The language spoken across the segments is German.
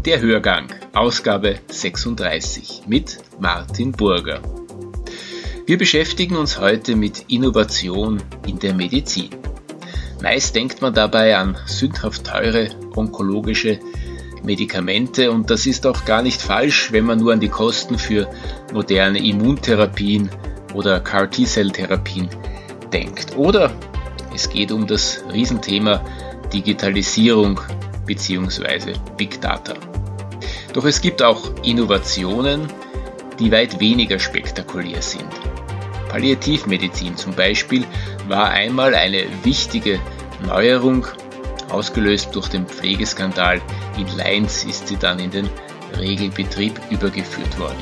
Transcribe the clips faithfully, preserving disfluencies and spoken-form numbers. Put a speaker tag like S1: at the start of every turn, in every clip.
S1: Der Hörgang, Ausgabe sechsunddreißig mit Martin Burger. Wir beschäftigen uns heute mit Innovation in der Medizin. Meist denkt man dabei an sündhaft teure onkologische Medikamente und das ist auch gar nicht falsch, wenn man nur an die Kosten für moderne Immuntherapien oder C A R T-Cell-Therapien denkt. Oder es geht um das Riesenthema Digitalisierung bzw. Big Data. Doch es gibt auch Innovationen, die weit weniger spektakulär sind. Palliativmedizin zum Beispiel war einmal eine wichtige Neuerung. Ausgelöst durch den Pflegeskandal in Leins ist sie dann in den Regelbetrieb übergeführt worden.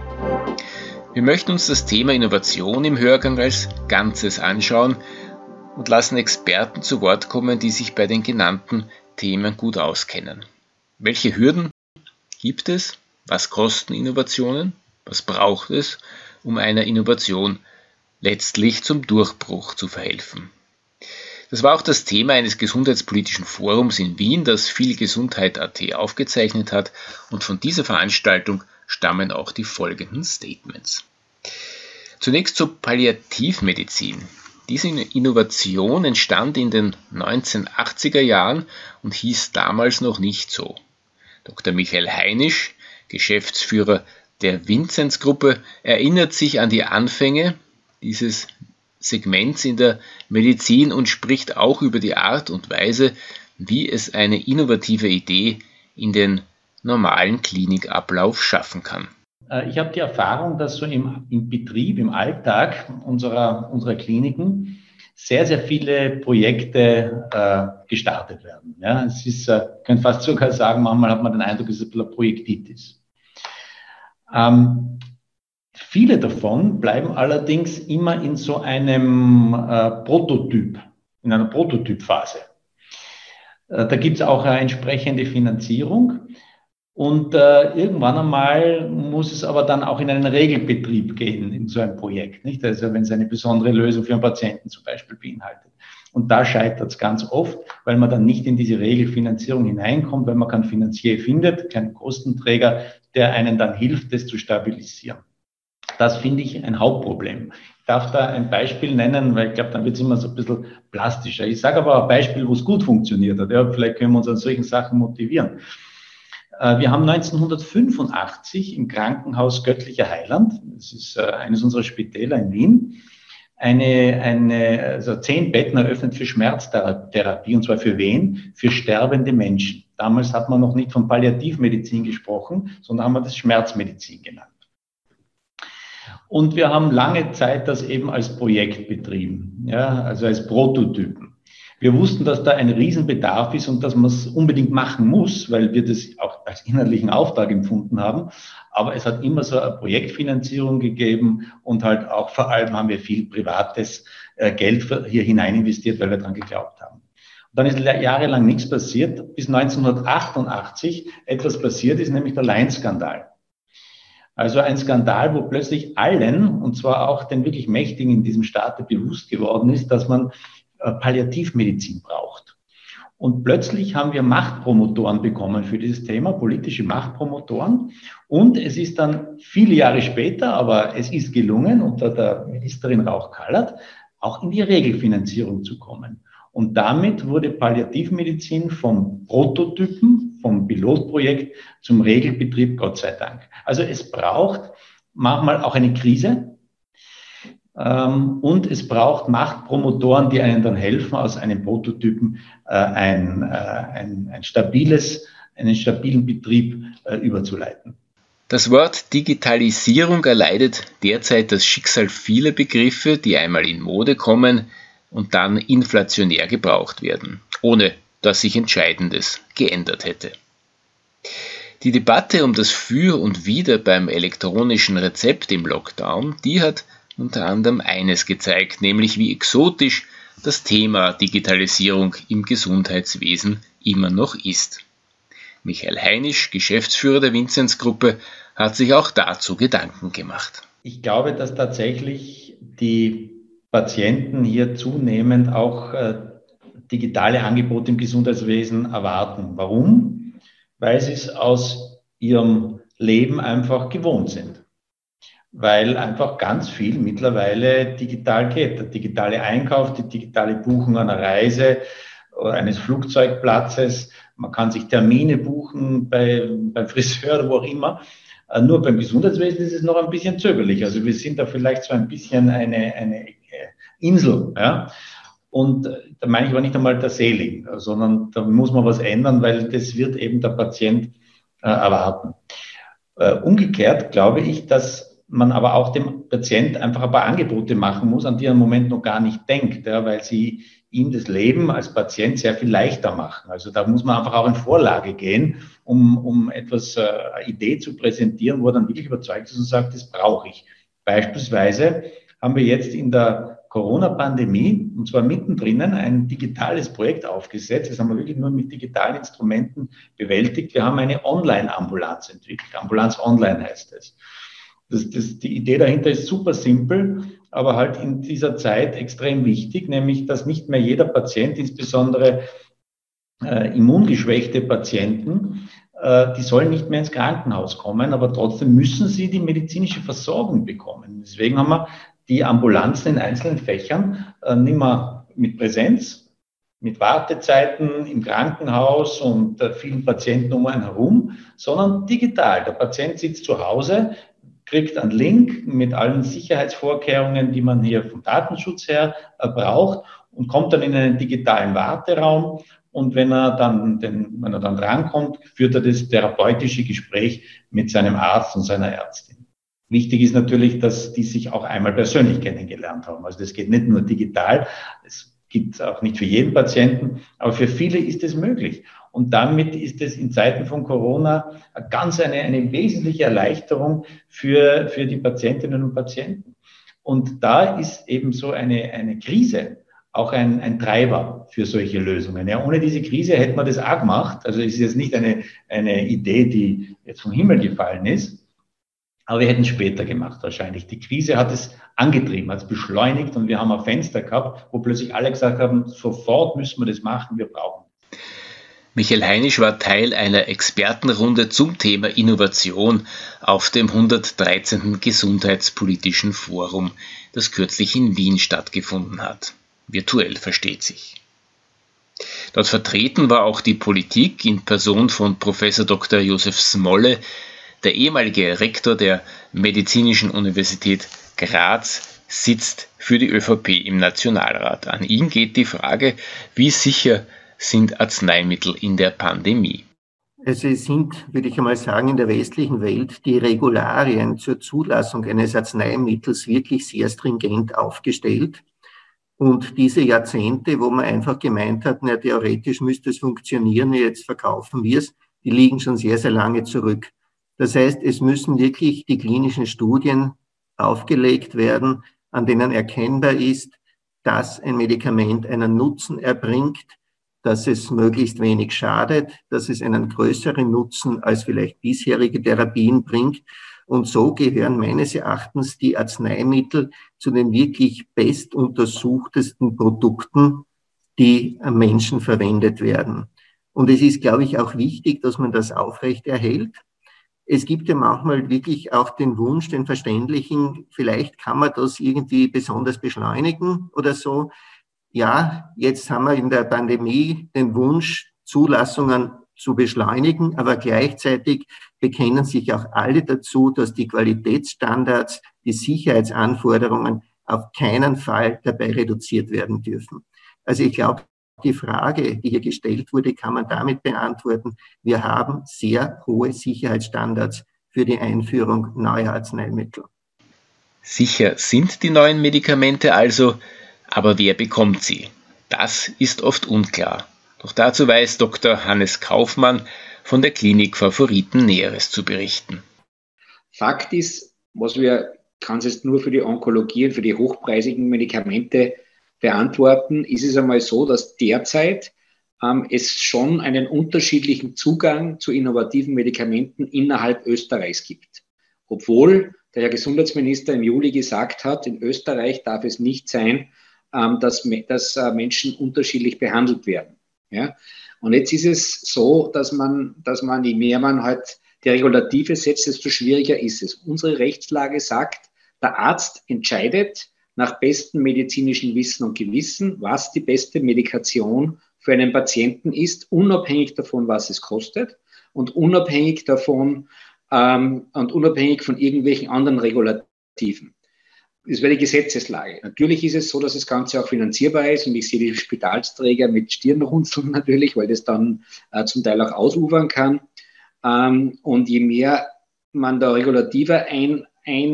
S1: Wir möchten uns das Thema Innovation im Hörgang als Ganzes anschauen und lassen Experten zu Wort kommen, die sich bei den genannten Themen gut auskennen. Welche Hürden gibt es? Was kosten Innovationen? Was braucht es, um einer Innovation letztlich zum Durchbruch zu verhelfen? Das war auch das Thema eines gesundheitspolitischen Forums in Wien, das Vielgesundheit Punkt at aufgezeichnet hat, und von dieser Veranstaltung stammen auch die folgenden Statements. Zunächst zur Palliativmedizin. Diese Innovation entstand in den neunzehnhundertachtziger Jahren und hieß damals noch nicht so. Doktor Michael Heinisch, Geschäftsführer der Vinzenz-Gruppe, erinnert sich an die Anfänge dieses Segments in der Medizin und spricht auch über die Art und Weise, wie es eine innovative Idee in den normalen Klinikablauf schaffen kann.
S2: Ich habe die Erfahrung, dass so im, im Betrieb, im Alltag unserer, unserer Kliniken sehr, sehr viele Projekte äh, gestartet werden. Ja, es ist, äh, ich könnte fast sogar sagen, manchmal hat man den Eindruck, es ist ein bisschen eine Projektitis. Ähm, Viele davon bleiben allerdings immer in so einem äh, Prototyp, in einer Prototypphase. Äh, da gibt es auch eine entsprechende Finanzierung und äh, irgendwann einmal muss es aber dann auch in einen Regelbetrieb gehen, in so ein Projekt, nicht? Also wenn es eine besondere Lösung für einen Patienten zum Beispiel beinhaltet. Und da scheitert es ganz oft, weil man dann nicht in diese Regelfinanzierung hineinkommt, weil man keinen Finanzier findet, keinen Kostenträger, der einen dann hilft, das zu stabilisieren. Das finde ich ein Hauptproblem. Ich darf da ein Beispiel nennen, weil ich glaube, dann wird es immer so ein bisschen plastischer. Ich sage aber ein Beispiel, wo es gut funktioniert hat. Ja, vielleicht können wir uns an solchen Sachen motivieren. Wir haben neunzehnhundertfünfundachtzig im Krankenhaus Göttlicher Heiland, das ist eines unserer Spitäler in Wien, eine, eine, also zehn Betten eröffnet für Schmerztherapie, und zwar für wen? Für sterbende Menschen. Damals hat man noch nicht von Palliativmedizin gesprochen, sondern haben wir das Schmerzmedizin genannt. Und wir haben lange Zeit das eben als Projekt betrieben, ja, also als Prototypen. Wir wussten, dass da ein Riesenbedarf ist und dass man es unbedingt machen muss, weil wir das auch als inhaltlichen Auftrag empfunden haben. Aber es hat immer so eine Projektfinanzierung gegeben und halt auch vor allem haben wir viel privates äh, Geld hier hinein investiert, weil wir daran geglaubt haben. Und dann ist jahrelang nichts passiert, bis neunzehnhundertachtundachtzig etwas passiert ist, nämlich der Leins-Skandal. Also ein Skandal, wo plötzlich allen, und zwar auch den wirklich Mächtigen in diesem Staate, bewusst geworden ist, dass man äh, Palliativmedizin braucht. Und plötzlich haben wir Machtpromotoren bekommen für dieses Thema, politische Machtpromotoren. Und es ist dann viele Jahre später, aber es ist gelungen, unter der Ministerin Rauch-Kallert, auch in die Regelfinanzierung zu kommen. Und damit wurde Palliativmedizin vom Prototypen, vom Pilotprojekt zum Regelbetrieb, Gott sei Dank. Also es braucht manchmal auch eine Krise ähm, und es braucht Machtpromotoren, die einen dann helfen, aus einem Prototypen äh, ein, äh, ein, ein stabiles, einen stabilen Betrieb äh, überzuleiten.
S1: Das Wort Digitalisierung erleidet derzeit das Schicksal vieler Begriffe, die einmal in Mode kommen und dann inflationär gebraucht werden, ohne dass sich Entscheidendes geändert hätte. Die Debatte um das Für und Wider beim elektronischen Rezept im Lockdown, die hat unter anderem eines gezeigt, nämlich wie exotisch das Thema Digitalisierung im Gesundheitswesen immer noch ist. Michael Heinisch, Geschäftsführer der Vinzenz-Gruppe, hat sich auch dazu Gedanken gemacht.
S2: Ich glaube, dass tatsächlich die Patienten hier zunehmend auch äh, digitale Angebote im Gesundheitswesen erwarten. Warum? weil sie es aus ihrem Leben einfach gewohnt sind. Weil einfach ganz viel mittlerweile digital geht. Der digitale Einkauf, die digitale Buchung einer Reise oder eines Flugzeugplatzes. Man kann sich Termine buchen bei, beim Friseur oder wo auch immer. Nur beim Gesundheitswesen ist es noch ein bisschen zögerlich. Also wir sind da vielleicht so ein bisschen eine, eine Insel. Ja? Und da meine ich aber nicht einmal der Selig, sondern da muss man was ändern, weil das wird eben der Patient äh, erwarten. Äh, umgekehrt glaube ich, dass man aber auch dem Patient einfach ein paar Angebote machen muss, an die er im Moment noch gar nicht denkt, ja, weil sie ihm das Leben als Patient sehr viel leichter machen. Also da muss man einfach auch in Vorlage gehen, um, um etwas, äh, eine Idee zu präsentieren, wo er dann wirklich überzeugt ist und sagt, das brauche ich. Beispielsweise haben wir jetzt in der Corona-Pandemie, und zwar mittendrin, ein digitales Projekt aufgesetzt. Das haben wir wirklich nur mit digitalen Instrumenten bewältigt. Wir haben eine Online-Ambulanz entwickelt. Ambulanz Online heißt es. Das, das, die Idee dahinter ist super simpel, aber halt in dieser Zeit extrem wichtig, nämlich, dass nicht mehr jeder Patient, insbesondere äh, immungeschwächte Patienten, äh, die sollen nicht mehr ins Krankenhaus kommen, aber trotzdem müssen sie die medizinische Versorgung bekommen. Deswegen haben wir die Ambulanzen in einzelnen Fächern äh, nicht mehr mit Präsenz, mit Wartezeiten im Krankenhaus und äh, vielen Patienten um einen herum, sondern digital. Der Patient sitzt zu Hause, kriegt einen Link mit allen Sicherheitsvorkehrungen, die man hier vom Datenschutz her äh, braucht und kommt dann in einen digitalen Warteraum. Und wenn er dann, den, wenn er dann drankommt, führt er das therapeutische Gespräch mit seinem Arzt und seiner Ärztin. Wichtig ist natürlich, dass die sich auch einmal persönlich kennengelernt haben. Also das geht nicht nur digital, es gibt auch nicht für jeden Patienten, aber für viele ist es möglich. Und damit ist es in Zeiten von Corona ganz eine, eine wesentliche Erleichterung für, für die Patientinnen und Patienten. Und da ist eben so eine, eine Krise auch ein, ein Treiber für solche Lösungen. Ja, ohne diese Krise hätte man das auch gemacht. Also es ist jetzt nicht eine, eine Idee, die jetzt vom Himmel gefallen ist, aber wir hätten es später gemacht wahrscheinlich. Die Krise hat es angetrieben, hat es beschleunigt und wir haben ein Fenster gehabt, wo plötzlich alle gesagt haben, sofort müssen wir das machen, wir brauchen es.
S1: Michael Heinisch war Teil einer Expertenrunde zum Thema Innovation auf dem hundertdreizehnten Gesundheitspolitischen Forum, das kürzlich in Wien stattgefunden hat. Virtuell versteht sich. Dort vertreten war auch die Politik in Person von Professor Doktor Josef Smolle, der ehemalige Rektor der Medizinischen Universität Graz, sitzt für die ÖVP im Nationalrat. An ihn geht die Frage, wie sicher sind Arzneimittel in der Pandemie?
S3: Also es sind, würde ich einmal sagen, in der westlichen Welt die Regularien zur Zulassung eines Arzneimittels wirklich sehr stringent aufgestellt. Und diese Jahrzehnte, wo man einfach gemeint hat, na, theoretisch müsste es funktionieren, jetzt verkaufen wir es, die liegen schon sehr, sehr lange zurück. Das heißt, es müssen wirklich die klinischen Studien aufgelegt werden, an denen erkennbar ist, dass ein Medikament einen Nutzen erbringt, dass es möglichst wenig schadet, dass es einen größeren Nutzen als vielleicht bisherige Therapien bringt. Und so gehören meines Erachtens die Arzneimittel zu den wirklich bestuntersuchtesten Produkten, die am Menschen verwendet werden. Und es ist, glaube ich, auch wichtig, dass man das aufrechterhält. Es gibt ja manchmal wirklich auch den Wunsch, den verständlichen, vielleicht kann man das irgendwie besonders beschleunigen oder so. Ja, jetzt haben wir in der Pandemie den Wunsch, Zulassungen zu beschleunigen, aber gleichzeitig bekennen sich auch alle dazu, dass die Qualitätsstandards, die Sicherheitsanforderungen auf keinen Fall dabei reduziert werden dürfen. Also ich glaube, die Frage, die hier gestellt wurde, kann man damit beantworten, wir haben sehr hohe Sicherheitsstandards für die Einführung neuer Arzneimittel.
S1: Sicher sind die neuen Medikamente also, aber wer bekommt sie? Das ist oft unklar. Doch dazu weiß Doktor Hannes Kaufmann von der Klinik Favoriten Näheres zu berichten.
S4: Fakt ist, was wir, kann es jetzt nur für die Onkologie und für die hochpreisigen Medikamente beantworten, ist es einmal so, dass derzeit ähm, es schon einen unterschiedlichen Zugang zu innovativen Medikamenten innerhalb Österreichs gibt. Obwohl der Herr Gesundheitsminister im Juli gesagt hat, in Österreich darf es nicht sein, ähm, dass, dass äh, Menschen unterschiedlich behandelt werden. Ja? Und jetzt ist es so, dass man, dass man, je mehr man halt die Regulative setzt, desto schwieriger ist es. Unsere Rechtslage sagt, der Arzt entscheidet nach bestem medizinischen Wissen und Gewissen, was die beste Medikation für einen Patienten ist, unabhängig davon, was es kostet und unabhängig davon ähm, und unabhängig von irgendwelchen anderen Regulativen. Das wäre die Gesetzeslage. Natürlich ist es so, dass das Ganze auch finanzierbar ist und ich sehe die Spitalsträger mit Stirnrunzeln natürlich, weil das dann äh, zum Teil auch ausufern kann. Ähm, und je mehr man da regulativer ein,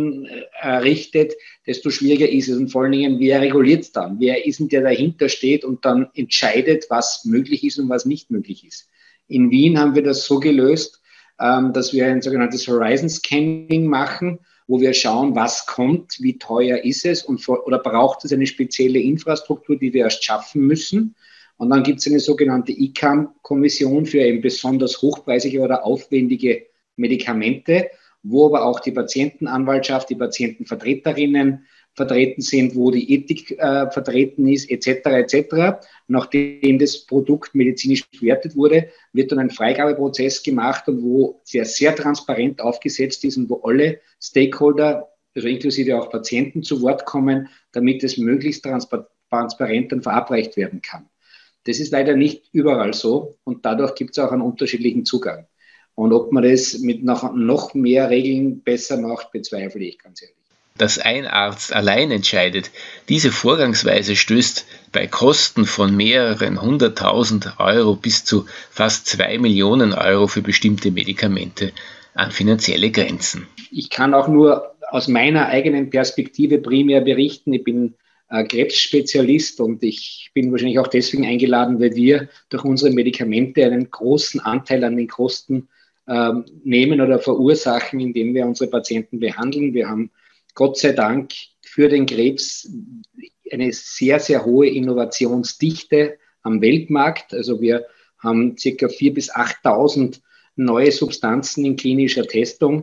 S4: einrichtet, desto schwieriger ist es. Und vor allen Dingen, wer reguliert es dann? Wer ist denn, der dahinter steht und dann entscheidet, was möglich ist und was nicht möglich ist? In Wien haben wir das so gelöst, ähm, dass wir ein sogenanntes Horizon Scanning machen, wo wir schauen, was kommt, wie teuer ist es und vor, oder braucht es eine spezielle Infrastruktur, die wir erst schaffen müssen. Und dann gibt es eine sogenannte I C A M-Kommission für eben besonders hochpreisige oder aufwendige Medikamente, wo aber auch die Patientenanwaltschaft, die Patientenvertreterinnen vertreten sind, wo die Ethik äh, vertreten ist, et cetera et cetera. Nachdem das Produkt medizinisch bewertet wurde, wird dann ein Freigabeprozess gemacht und wo sehr, sehr transparent aufgesetzt ist und wo alle Stakeholder, also inklusive auch Patienten, zu Wort kommen, damit es möglichst transpa- transparent dann verabreicht werden kann. Das ist leider nicht überall so und dadurch gibt es auch einen unterschiedlichen Zugang. Und ob man das mit noch, noch mehr Regeln besser macht, bezweifle ich ganz ehrlich.
S1: Dass ein Arzt allein entscheidet, diese Vorgangsweise stößt bei Kosten von mehreren hunderttausend Euro bis zu fast zwei Millionen Euro für bestimmte Medikamente an finanzielle Grenzen.
S4: Ich kann auch nur aus meiner eigenen Perspektive primär berichten. Ich bin äh, Krebsspezialist und ich bin wahrscheinlich auch deswegen eingeladen, weil wir durch unsere Medikamente einen großen Anteil an den Kosten äh, nehmen oder verursachen, indem wir unsere Patienten behandeln. Wir haben Gott sei Dank für den Krebs eine sehr, sehr hohe Innovationsdichte am Weltmarkt. Also wir haben ca. viertausend bis achttausend neue Substanzen in klinischer Testung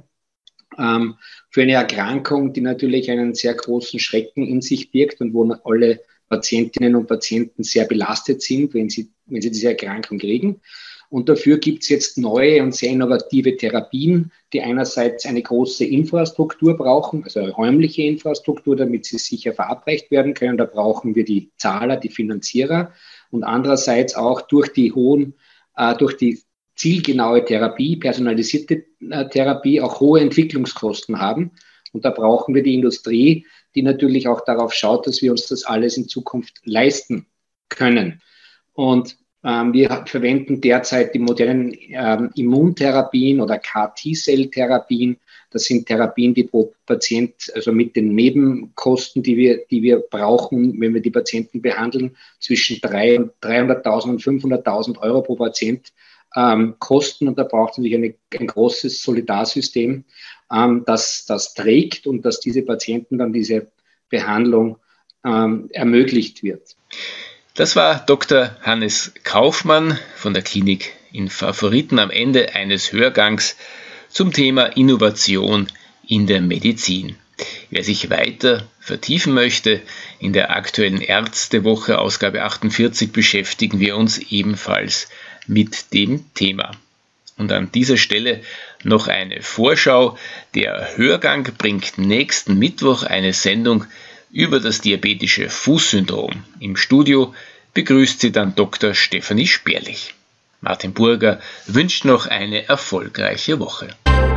S4: ähm, für eine Erkrankung, die natürlich einen sehr großen Schrecken in sich birgt und wo alle Patientinnen und Patienten sehr belastet sind, wenn sie, wenn sie diese Erkrankung kriegen. Und dafür gibt es jetzt neue und sehr innovative Therapien, die einerseits eine große Infrastruktur brauchen, also eine räumliche Infrastruktur, damit sie sicher verabreicht werden können. Da brauchen wir die Zahler, die Finanzierer. Und andererseits auch durch die hohen, äh, durch die zielgenaue Therapie, personalisierte äh, Therapie, auch hohe Entwicklungskosten haben. Und da brauchen wir die Industrie, die natürlich auch darauf schaut, dass wir uns das alles in Zukunft leisten können. Und wir verwenden derzeit die modernen ähm, Immuntherapien oder C A R T-Cell-Therapien. Das sind Therapien, die pro Patient, also mit den Nebenkosten, die wir, die wir brauchen, wenn wir die Patienten behandeln, zwischen dreihunderttausend und fünfhunderttausend Euro pro Patient ähm, kosten. Und da braucht es natürlich eine, ein großes Solidarsystem, ähm, das das trägt und dass diese Patienten dann diese Behandlung ähm, ermöglicht wird.
S1: Das war Doktor Hannes Kaufmann von der Klinik in Favoriten am Ende eines Hörgangs zum Thema Innovation in der Medizin. Wer sich weiter vertiefen möchte, in der aktuellen Ärztewoche Ausgabe achtundvierzig beschäftigen wir uns ebenfalls mit dem Thema. Und an dieser Stelle noch eine Vorschau. Der Hörgang bringt nächsten Mittwoch eine Sendung über das diabetische Fußsyndrom. Im Studio begrüßt sie dann Doktor Stefanie Sperlich. Martin Burger wünscht noch eine erfolgreiche Woche.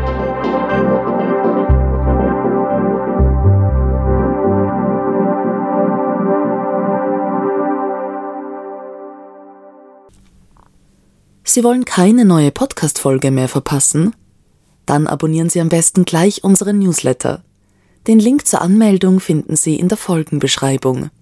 S5: Sie wollen keine neue Podcast-Folge mehr verpassen? Dann abonnieren Sie am besten gleich unseren Newsletter. Den Link zur Anmeldung finden Sie in der Folgenbeschreibung.